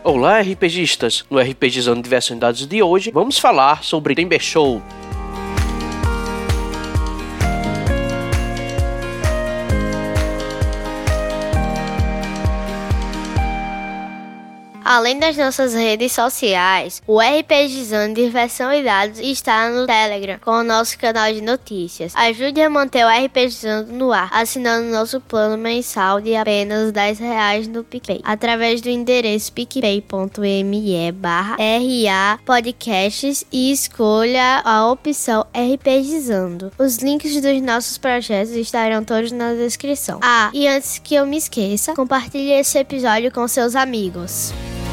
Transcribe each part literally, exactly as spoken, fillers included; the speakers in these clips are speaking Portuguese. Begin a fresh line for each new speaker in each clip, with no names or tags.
Olá, RPGistas! No RPGizando Diversão em Dados de hoje, vamos falar sobre Tembershow.
Além das nossas redes sociais, o RPGizando Diversão e Dados está no Telegram, com o nosso canal de notícias. Ajude a manter o RPGizando no ar, assinando nosso plano mensal de apenas dez reais no PicPay, através do endereço picpay.me barra RA Podcasts e escolha a opção RPGizando. Os links dos nossos projetos estarão todos na descrição. Ah, e antes que eu me esqueça, compartilhe esse episódio com seus amigos.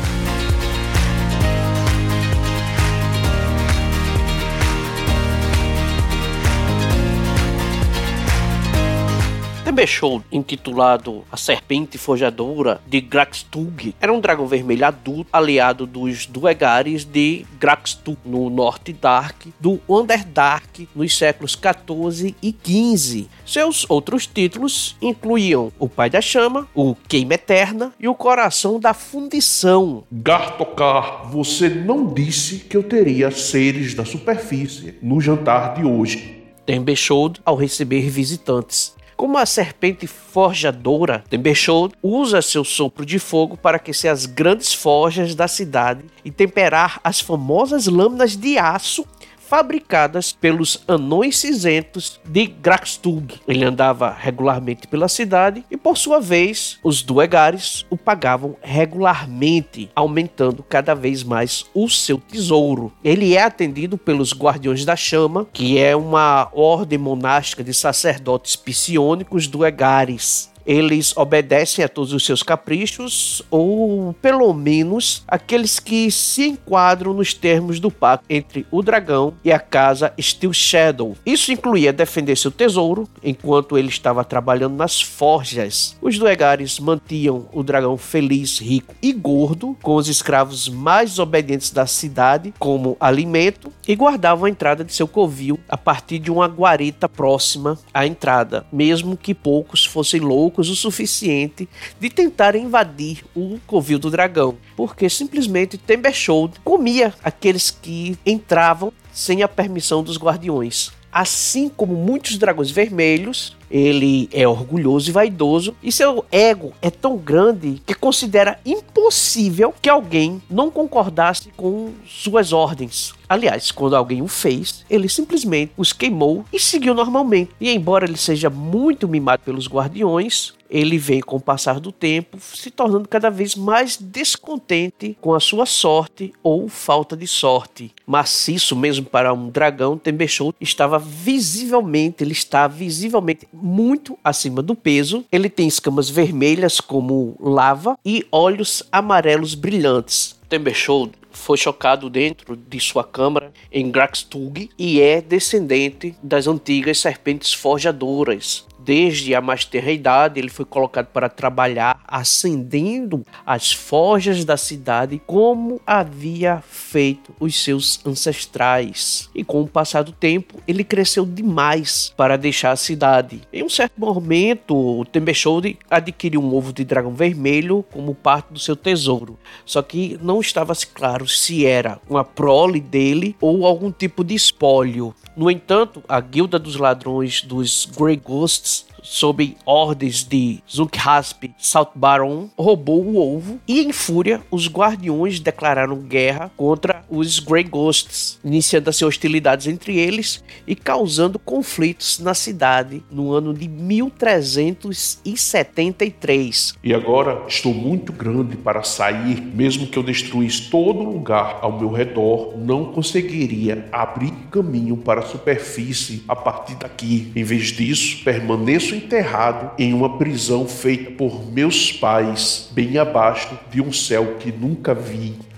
Tembershow, intitulado A Serpente Forjadora de Gragstugg, era um dragão vermelho adulto aliado dos Duergares de Gragstugg no Norte Dark do Underdark nos séculos quatorze e quinze. Seus outros títulos incluíam O Pai da Chama, O Queima Eterna e O Coração da Fundição.
Gartokar, você não disse que eu teria seres da superfície no jantar de hoje.
Tembershow ao receber visitantes. Como a serpente forjadora, Tembershow usa seu sopro de fogo para aquecer as grandes forjas da cidade e temperar as famosas lâminas de aço fabricadas pelos anões cinzentos de Gragstugg. Ele andava regularmente pela cidade e, por sua vez, os Duergares o pagavam regularmente, aumentando cada vez mais o seu tesouro. Ele é atendido pelos Guardiões da Chama, que é uma ordem monástica de sacerdotes psionicos Duergares. Eles obedecem a todos os seus caprichos, ou pelo menos aqueles que se enquadram nos termos do pacto entre o dragão e a casa Steel Shadow. Isso incluía defender seu tesouro enquanto ele estava trabalhando nas forjas. Os Duergares mantinham o dragão feliz, rico e gordo, com os escravos mais obedientes da cidade como alimento, e guardavam a entrada de seu covil a partir de uma guarita próxima à entrada, mesmo que poucos fossem loucos o suficiente de tentar invadir o covil do dragão, porque simplesmente Tembershow comia aqueles que entravam sem a permissão dos guardiões. Assim como muitos dragões vermelhos, ele é orgulhoso e vaidoso, e seu ego é tão grande que considera impossível que alguém não concordasse com suas ordens. Aliás, quando alguém o fez, ele simplesmente os queimou e seguiu normalmente. E embora ele seja muito mimado pelos guardiões, ele vem com o passar do tempo se tornando cada vez mais descontente com a sua sorte ou falta de sorte. Maciço mesmo para um dragão, Tembershow estava visivelmente, ele está visivelmente muito acima do peso. Ele tem escamas vermelhas como lava e olhos amarelos brilhantes. Tembershow foi chocado dentro de sua câmara em Gragstugg e é descendente das antigas serpentes forjadoras. Desde a mais tenra idade, ele foi colocado para trabalhar acendendo as forjas da cidade como havia feito os seus ancestrais. E com o passar do tempo, ele cresceu demais para deixar a cidade. Em um certo momento, o Tembershow adquiriu um ovo de dragão vermelho como parte do seu tesouro. Só que não estava-se claro se era uma prole dele ou algum tipo de espólio. No entanto, a Guilda dos Ladrões dos Grey Ghosts, sob ordens de Zunkhasp Saltbaron, roubou o ovo e, em fúria, os Guardiões declararam guerra contra os Grey Ghosts, iniciando-se hostilidades entre eles e causando conflitos na cidade no ano de mil trezentos e setenta e três.
E agora estou muito grande para sair, mesmo que eu destruísse todo lugar ao meu redor, não conseguiria abrir caminho para a superfície a partir daqui. Em vez disso, permaneço enterrado em uma prisão feita por meus pais, bem abaixo de um céu que nunca vi.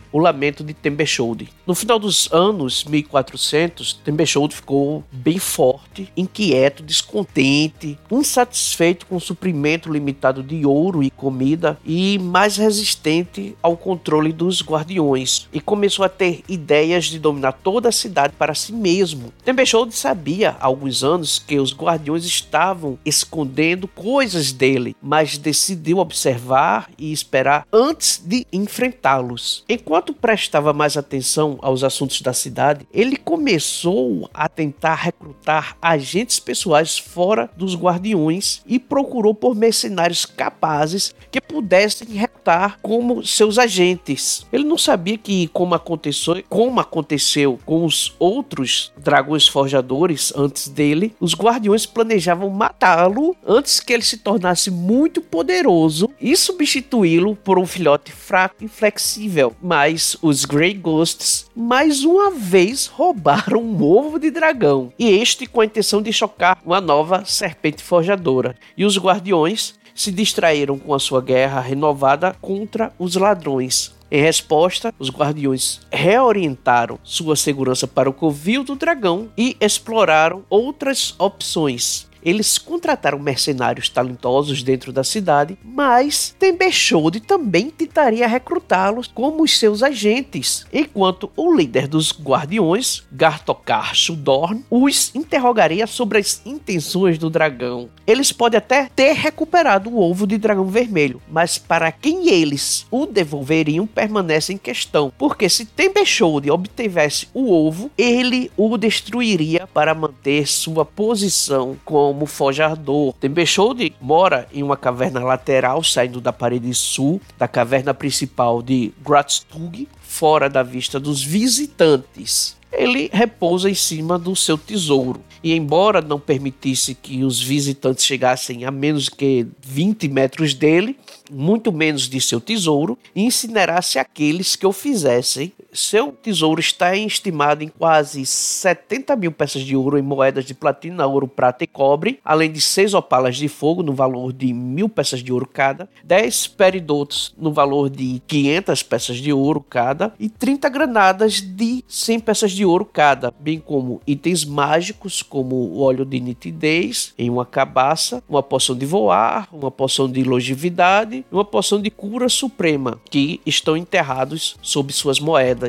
o lamento de Tembescholde. No final dos anos mil e quatrocentos, Tembescholde ficou bem forte, inquieto, descontente, insatisfeito com o suprimento limitado de ouro e comida e mais resistente ao controle dos guardiões, e começou a ter ideias de dominar toda a cidade para si mesmo. Tembescholde sabia há alguns anos que os guardiões estavam escondendo coisas dele, mas decidiu observar e esperar antes de enfrentá-los. Enquanto prestava mais atenção aos assuntos da cidade, ele começou a tentar recrutar agentes pessoais fora dos guardiões e procurou por mercenários capazes que pudessem recrutar como seus agentes. Ele não sabia que, como aconteceu, como aconteceu com os outros dragões forjadores antes dele, os guardiões planejavam matá-lo antes que ele se tornasse muito poderoso e substituí-lo por um filhote fraco e flexível. Mas os Grey Ghosts mais uma vez roubaram um ovo de dragão, e este com a intenção de chocar uma nova serpente forjadora. E os guardiões se distraíram com a sua guerra renovada contra os ladrões. Em resposta, os guardiões reorientaram sua segurança para o covil do dragão e exploraram outras opções. Eles contrataram mercenários talentosos dentro da cidade, mas Tembescholde também tentaria recrutá-los como os seus agentes, enquanto o líder dos guardiões, Gartokar Shuldorn, os interrogaria sobre as intenções do dragão. Eles podem até ter recuperado o ovo de dragão vermelho, mas para quem eles o devolveriam permanece em questão, porque se Tembescholde obtivesse o ovo, ele o destruiria para manter sua posição como como forjador. Tembescholde mora em uma caverna lateral saindo da parede sul da caverna principal de Gratstug, fora da vista dos visitantes. Ele repousa em cima do seu tesouro, e embora não permitisse que os visitantes chegassem a menos que vinte metros dele, muito menos de seu tesouro, e incinerasse aqueles que o fizessem. Seu tesouro está estimado em quase setenta mil peças de ouro em moedas de platina, ouro, prata e cobre, além de seis opalas de fogo no valor de mil peças de ouro cada, dez peridotos no valor de quinhentas peças de ouro cada e trinta granadas de cem peças de ouro cada, bem como itens mágicos como o óleo de nitidez em uma cabaça, uma poção de voar, uma poção de longevidade e uma poção de cura suprema, que estão enterrados sob suas moedas.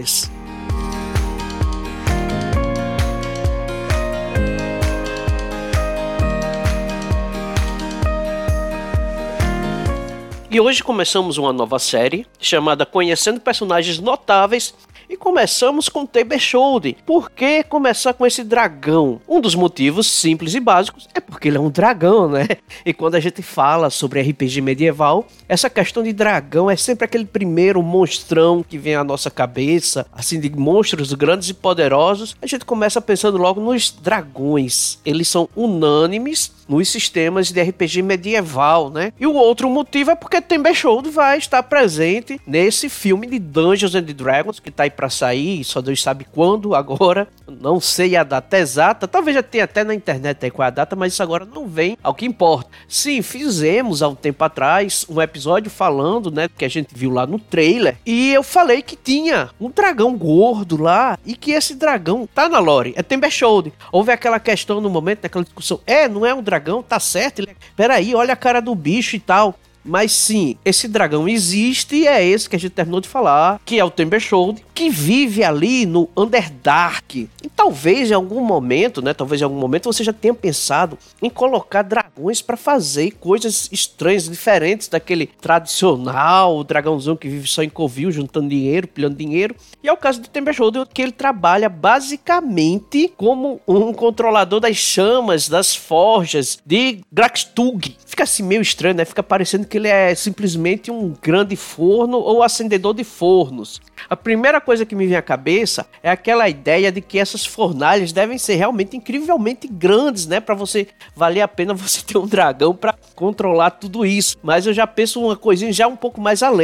E hoje começamos uma nova série chamada Conhecendo Personagens Notáveis. E começamos com Tembescholde. Por que começar com esse dragão? Um dos motivos simples e básicos é porque ele é um dragão, né? E quando a gente fala sobre R P G medieval, essa questão de dragão é sempre aquele primeiro monstrão que vem à nossa cabeça, assim, de monstros grandes e poderosos. A gente começa pensando logo nos dragões. Eles são unânimes nos sistemas de R P G medieval, né? E o outro motivo é porque Tembescholde vai estar presente nesse filme de Dungeons and Dragons, que tá aí para sair, só Deus sabe quando, agora, não sei a data exata, talvez já tenha até na internet aí qual é a data, mas isso agora não vem ao que importa. Sim, fizemos há um tempo atrás um episódio falando, né, que a gente viu lá no trailer, e eu falei que tinha um dragão gordo lá, e que esse dragão tá na lore, é Tembescholde. Houve aquela questão no momento, naquela discussão, é, não é um dragão, tá certo, ele é... peraí, olha a cara do bicho e tal. Mas sim, esse dragão existe e é esse que a gente terminou de falar, que é o Tembescholde, que vive ali no Underdark. E talvez em algum momento, né, talvez em algum momento você já tenha pensado em colocar dragões para fazer coisas estranhas, diferentes daquele tradicional dragãozão que vive só em covil, juntando dinheiro, pilhando dinheiro. E é o caso de Tembescholde, que ele trabalha basicamente como um controlador das chamas, das forjas de Gratstug. Fica assim meio estranho, né? Fica parecendo que ele é simplesmente um grande forno ou acendedor de fornos. A primeira coisa que me vem à cabeça é aquela ideia de que essas fornalhas devem ser realmente incrivelmente grandes, né? Para você valer a pena você ter um dragão para controlar tudo isso. Mas eu já penso uma coisinha já um pouco mais além.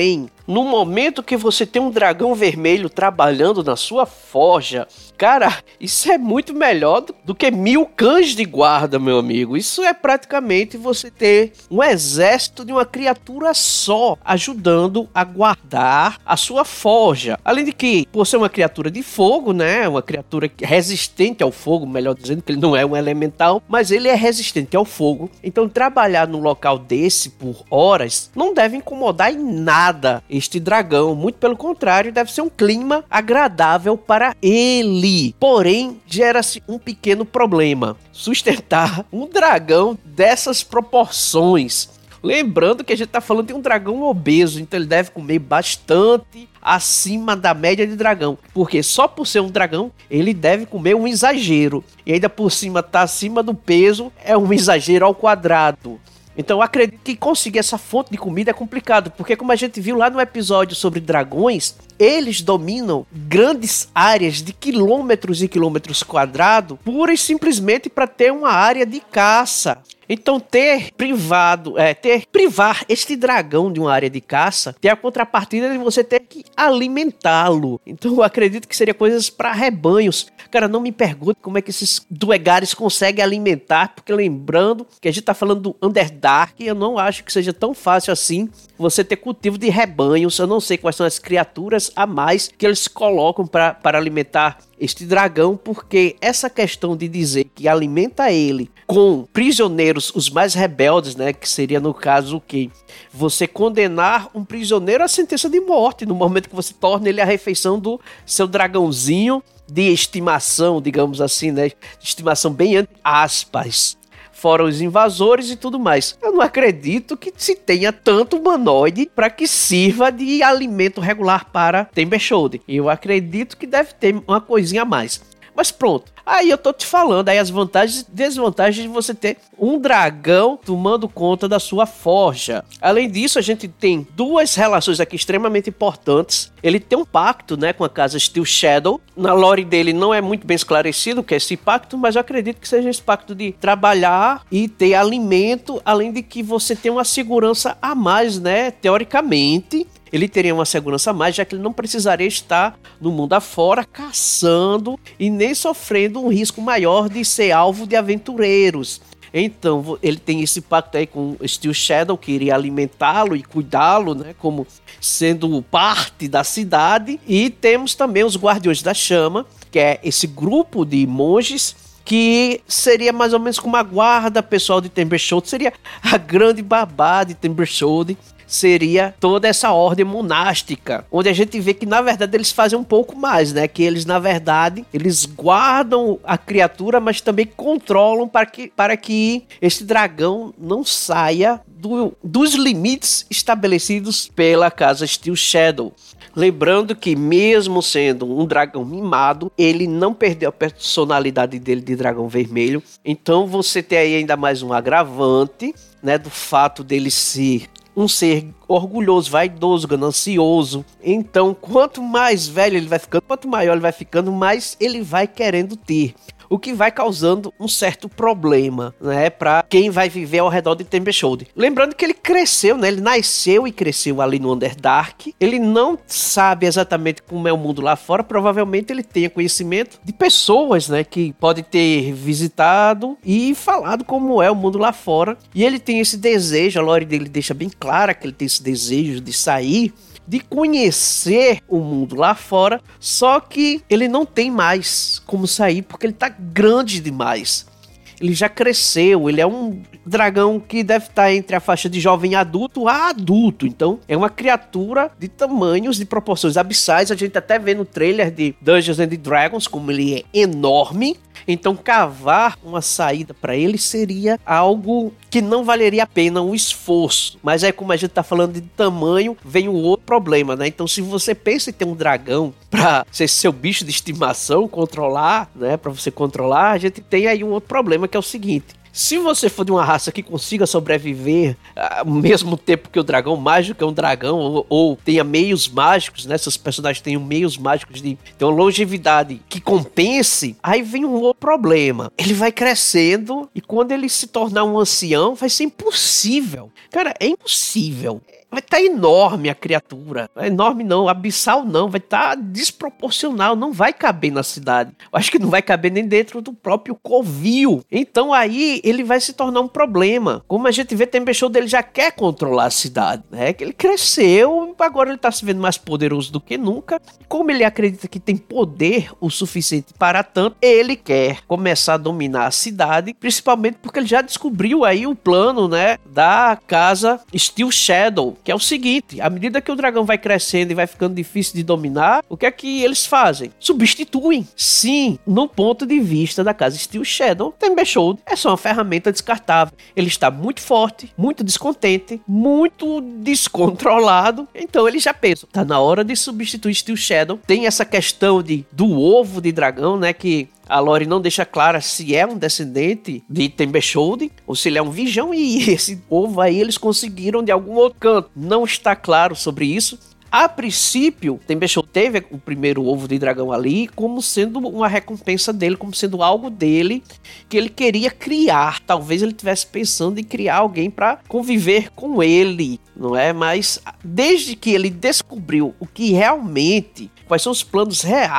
no momento que você tem um dragão vermelho trabalhando na sua forja, cara, isso é muito melhor do, do que mil cães de guarda, meu amigo. Isso é praticamente você ter um exército de uma criatura só, ajudando a guardar a sua forja. Além de que, por ser uma criatura de fogo, né, uma criatura resistente ao fogo, melhor dizendo, que ele não é um elemental, mas ele é resistente ao fogo. Então, trabalhar num local desse por horas não deve incomodar em nada este dragão. Muito pelo contrário, deve ser um clima agradável para ele. Porém, gera-se um pequeno problema: sustentar um dragão dessas proporções. Lembrando que a gente está falando de um dragão obeso, então ele deve comer bastante acima da média de dragão. Porque só por ser um dragão, ele deve comer um exagero. E ainda por cima tá acima do peso, é um exagero ao quadrado. Então eu acredito que conseguir essa fonte de comida é complicado, porque como a gente viu lá no episódio sobre dragões, eles dominam grandes áreas de quilômetros e quilômetros quadrados, pura e simplesmente para ter uma área de caça. Então ter privado, é, ter privar este dragão de uma área de caça, tem a contrapartida de você ter que alimentá-lo. Então eu acredito que seria coisas para rebanhos. Cara, não me pergunte como é que esses duergares conseguem alimentar, porque lembrando que a gente tá falando do Underdark, eu não acho que seja tão fácil assim você ter cultivo de rebanhos. Eu não sei quais são as criaturas a mais que eles colocam para alimentar este dragão, porque essa questão de dizer que alimenta ele com prisioneiros os mais rebeldes, né, que seria no caso o que? Você condenar um prisioneiro à sentença de morte no momento que você torna ele a refeição do seu dragãozinho de estimação, digamos assim, né, de estimação bem entre aspas. Fora os invasores e tudo mais. Eu não acredito que se tenha tanto humanoide para que sirva de alimento regular para Tembershoulder. Eu acredito que deve ter uma coisinha a mais. Mas pronto, aí eu tô te falando aí as vantagens e desvantagens de você ter um dragão tomando conta da sua forja. Além disso, a gente tem duas relações aqui extremamente importantes. Ele tem um pacto, né, com a casa Steel Shadow. Na lore dele não é muito bem esclarecido o que é esse pacto, mas eu acredito que seja esse pacto de trabalhar e ter alimento, além de que você tem uma segurança a mais, né, teoricamente. Ele teria uma segurança a mais, já que ele não precisaria estar no mundo afora caçando e nem sofrendo um risco maior de ser alvo de aventureiros. Então, ele tem esse pacto aí com o Steel Shadow, que iria alimentá-lo e cuidá-lo, né, como sendo parte da cidade. E temos também os Guardiões da Chama, que é esse grupo de monges que seria mais ou menos como a guarda pessoal de Tembershoulder, seria a grande babá de Tembershoulder. Seria toda essa ordem monástica, onde a gente vê que na verdade eles fazem um pouco mais, né? Que eles na verdade, eles guardam a criatura, mas também controlam para que, para que esse dragão não saia do, dos limites estabelecidos pela casa Steel Shadow. Lembrando que mesmo sendo um dragão mimado, ele não perdeu a personalidade dele de dragão vermelho. Então você tem aí ainda mais um agravante, né? Do fato dele ser um ser orgulhoso, vaidoso, ganancioso. Então, quanto mais velho ele vai ficando, quanto maior ele vai ficando, mais ele vai querendo ter. O que vai causando um certo problema, né, para quem vai viver ao redor de Tembershoulder. Lembrando que ele cresceu, né, ele nasceu e cresceu ali no Underdark. Ele não sabe exatamente como é o mundo lá fora. Provavelmente ele tenha conhecimento de pessoas, né, que pode ter visitado e falado como é o mundo lá fora. E ele tem esse desejo, a lore dele deixa bem clara que ele tem esse desejo de sair, de conhecer o mundo lá fora, só que ele não tem mais como sair porque ele tá grande demais. Ele já cresceu, ele é um dragão que deve estar entre a faixa de jovem adulto a adulto. Então, é uma criatura de tamanhos, de proporções abissais. A gente até vê no trailer de Dungeons and Dragons como ele é enorme. Então, cavar uma saída para ele seria algo que não valeria a pena o esforço. Mas aí, como a gente tá falando de tamanho, vem o outro problema, né? Então, se você pensa em ter um dragão para ser seu bicho de estimação, controlar, né? Para você controlar, a gente tem aí um outro problema, que é o seguinte: se você for de uma raça que consiga sobreviver ao mesmo tempo que o dragão mágico é um dragão, ou, ou tenha meios mágicos, né? Seus personagens tenham meios mágicos de ter uma longevidade que compense, aí vem um outro problema. Ele vai crescendo e quando ele se tornar um ancião, vai ser impossível. Cara, é impossível. vai estar tá enorme a criatura. Não é enorme não, abissal não, vai estar tá desproporcional, não vai caber na cidade. Eu acho que não vai caber nem dentro do próprio covil. Então aí ele vai se tornar um problema. Como a gente vê, Tembescholde, ele já quer controlar a cidade, né? Que ele cresceu, agora ele está se vendo mais poderoso do que nunca. Como ele acredita que tem poder o suficiente para tanto, ele quer começar a dominar a cidade, principalmente porque ele já descobriu aí o plano, né, da casa Steel Shadow, que é o seguinte: à medida que o dragão vai crescendo e vai ficando difícil de dominar, o que é que eles fazem? Substituem. Sim, no ponto de vista da casa Steel Shadow, Tembescholde é só uma ferramenta descartável. Ele está muito forte, muito descontente, muito descontrolado, então ele já pensa, tá na hora de substituir Steel Shadow. Tem essa questão de, do ovo de dragão, né, que a lore não deixa clara se é um descendente de Tembescholde ou se ele é um Vigião, e esse ovo aí eles conseguiram de algum outro canto. Não está claro sobre isso. A princípio, Tembescholde teve o primeiro ovo de dragão ali como sendo uma recompensa dele, como sendo algo dele que ele queria criar. Talvez ele estivesse pensando em criar alguém para conviver com ele, não é? Mas desde que ele descobriu o que realmente, quais são os planos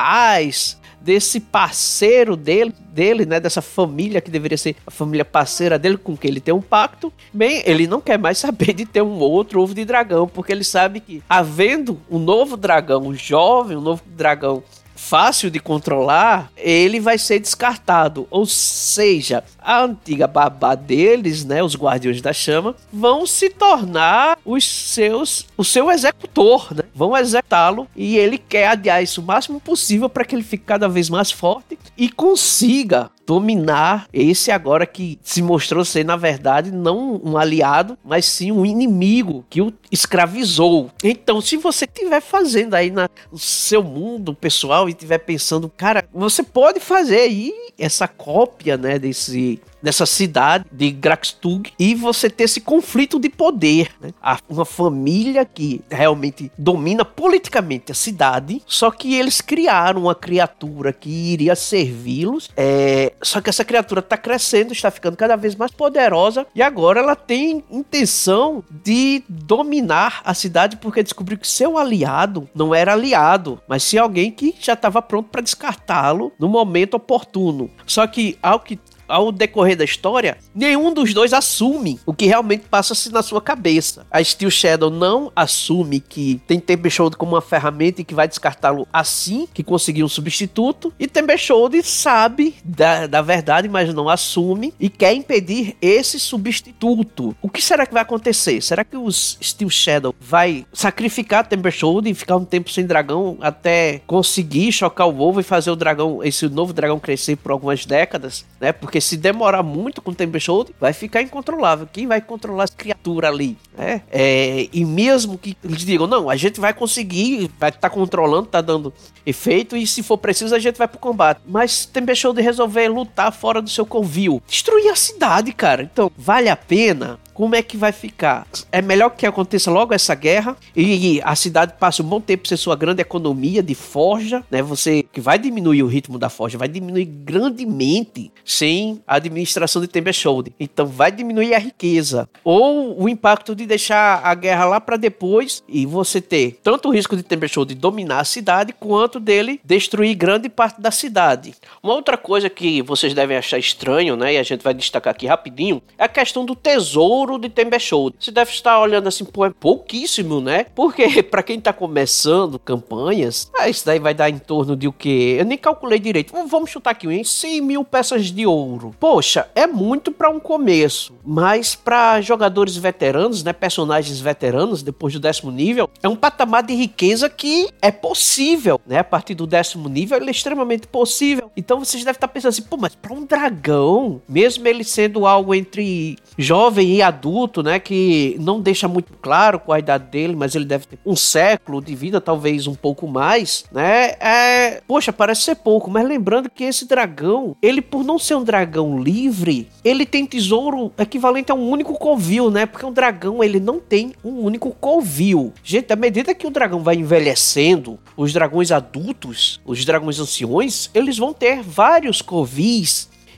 reais desse parceiro dele, dele, né, dessa família que deveria ser a família parceira dele, com quem ele tem um pacto, bem, ele não quer mais saber de ter um outro ovo de dragão, porque ele sabe que, havendo um novo dragão jovem, um novo dragão fácil de controlar, ele vai ser descartado. Ou seja, a antiga babá deles, né, os Guardiões da Chama, vão se tornar os seus, o seu executor, né? Vão executá-lo, e ele quer adiar isso o máximo possível para que ele fique cada vez mais forte e consiga dominar esse agora que se mostrou ser, na verdade, não um aliado, mas sim um inimigo que o escravizou. Então, se você estiver fazendo aí na, no seu mundo pessoal e estiver pensando, cara, você pode fazer aí essa cópia, né, desse... dessa cidade de Graxtug, e você ter esse conflito de poder, né? Uma família que realmente domina politicamente a cidade, só que eles criaram uma criatura que iria servi-los, é... só que essa criatura está crescendo, está ficando cada vez mais poderosa, e agora ela tem intenção de dominar a cidade, porque descobriu que seu aliado não era aliado, mas sim alguém que já estava pronto para descartá-lo no momento oportuno. Só que ao que Ao decorrer da história, nenhum dos dois assume o que realmente passa-se na sua cabeça. A Steel Shadow não assume que tem Tembescholde como uma ferramenta e que vai descartá-lo assim que conseguir um substituto. E Tembescholde sabe da, da verdade, mas não assume e quer impedir esse substituto. O que será que vai acontecer? Será que os Steel Shadow vai sacrificar Tembescholde e ficar um tempo sem dragão até conseguir chocar o ovo e fazer o dragão, esse novo dragão crescer por algumas décadas, né? Porque se demorar muito com o Tembescholde, vai ficar incontrolável. Quem vai controlar essa criatura ali? Né? É, e mesmo que eles digam, não, a gente vai conseguir, vai estar tá controlando, tá dando efeito, e se for preciso a gente vai pro combate. Mas Tembescholde resolver lutar fora do seu covil, destruir a cidade, cara. Então, vale a pena? Como é que vai ficar? É melhor que aconteça logo essa guerra e a cidade passe um bom tempo sem sua grande economia de forja, né? Você que vai diminuir o ritmo da forja, vai diminuir grandemente sem a administração de Tembescholde. Então vai diminuir a riqueza. Ou o impacto de deixar a guerra lá para depois e você ter tanto o risco de Tembescholde dominar a cidade quanto dele destruir grande parte da cidade. Uma outra coisa que vocês devem achar estranho, né? E a gente vai destacar aqui rapidinho, é a questão do tesouro de Tembescholde. Você deve estar olhando assim, pô, é pouquíssimo, né? Porque pra quem tá começando campanhas, ah, isso daí vai dar em torno de o quê? Eu nem calculei direito. Vamos chutar aqui, hein? cem mil peças de ouro. Poxa, é muito pra um começo. Mas pra jogadores veteranos, né? Personagens veteranos, depois do décimo nível, é um patamar de riqueza que é possível, né? A partir do décimo nível, ele é extremamente possível. Então vocês devem estar pensando assim, pô, mas pra um dragão, mesmo ele sendo algo entre jovem e adulto, né, que não deixa muito claro qual a idade dele, mas ele deve ter um século de vida, talvez um pouco mais, né, é... poxa, parece ser pouco, mas lembrando que esse dragão, ele por não ser um dragão livre, ele tem tesouro equivalente a um único covil, né, porque um dragão, ele não tem um único covil. Gente, à medida que o dragão vai envelhecendo, os dragões adultos, os dragões anciões, eles vão ter vários covis.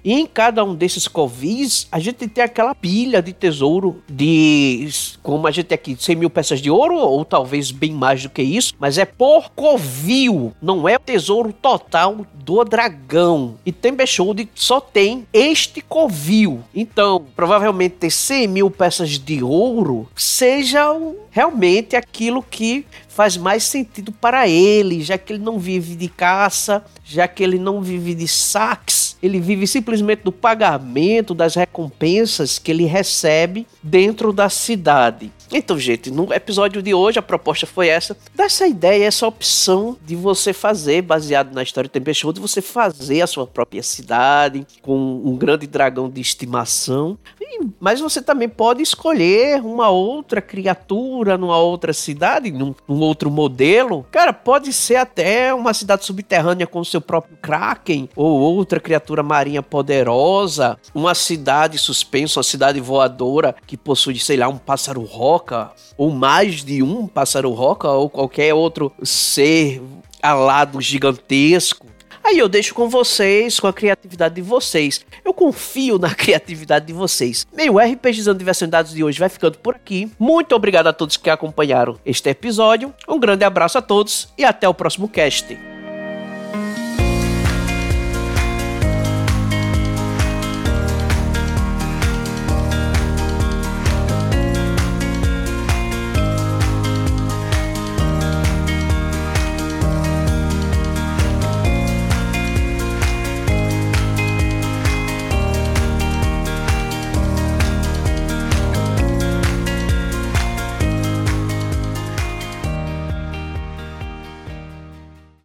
E em cada um desses covis, a gente tem aquela pilha de tesouro de, como a gente tem aqui, cem mil peças de ouro, ou talvez bem mais do que isso, mas é por covil, não é o tesouro total do dragão. E Tembershold só tem este covil. Então, provavelmente ter cem mil peças de ouro seja realmente aquilo que faz mais sentido para ele, já que ele não vive de caça, já que ele não vive de saques, ele vive simplesmente do pagamento das recompensas que ele recebe dentro da cidade. Então, gente, no episódio de hoje a proposta foi essa, dessa ideia, essa opção de você fazer, baseado na história de Tembershold, de você fazer a sua própria cidade com um grande dragão de estimação. Mas você também pode escolher uma outra criatura numa outra cidade, num, num outro modelo. Cara, pode ser até uma cidade subterrânea com o seu próprio Kraken, ou outra criatura marinha poderosa, uma cidade suspensa, uma cidade voadora que possui, sei lá, um pássaro roca, ou mais de um pássaro roca, ou qualquer outro ser alado gigantesco. Aí eu deixo com vocês, com a criatividade de vocês. Eu confio na criatividade de vocês. Bem, o RPGizando Diversão e Dados de hoje vai ficando por aqui. Muito obrigado a todos que acompanharam este episódio. Um grande abraço a todos e até o próximo cast.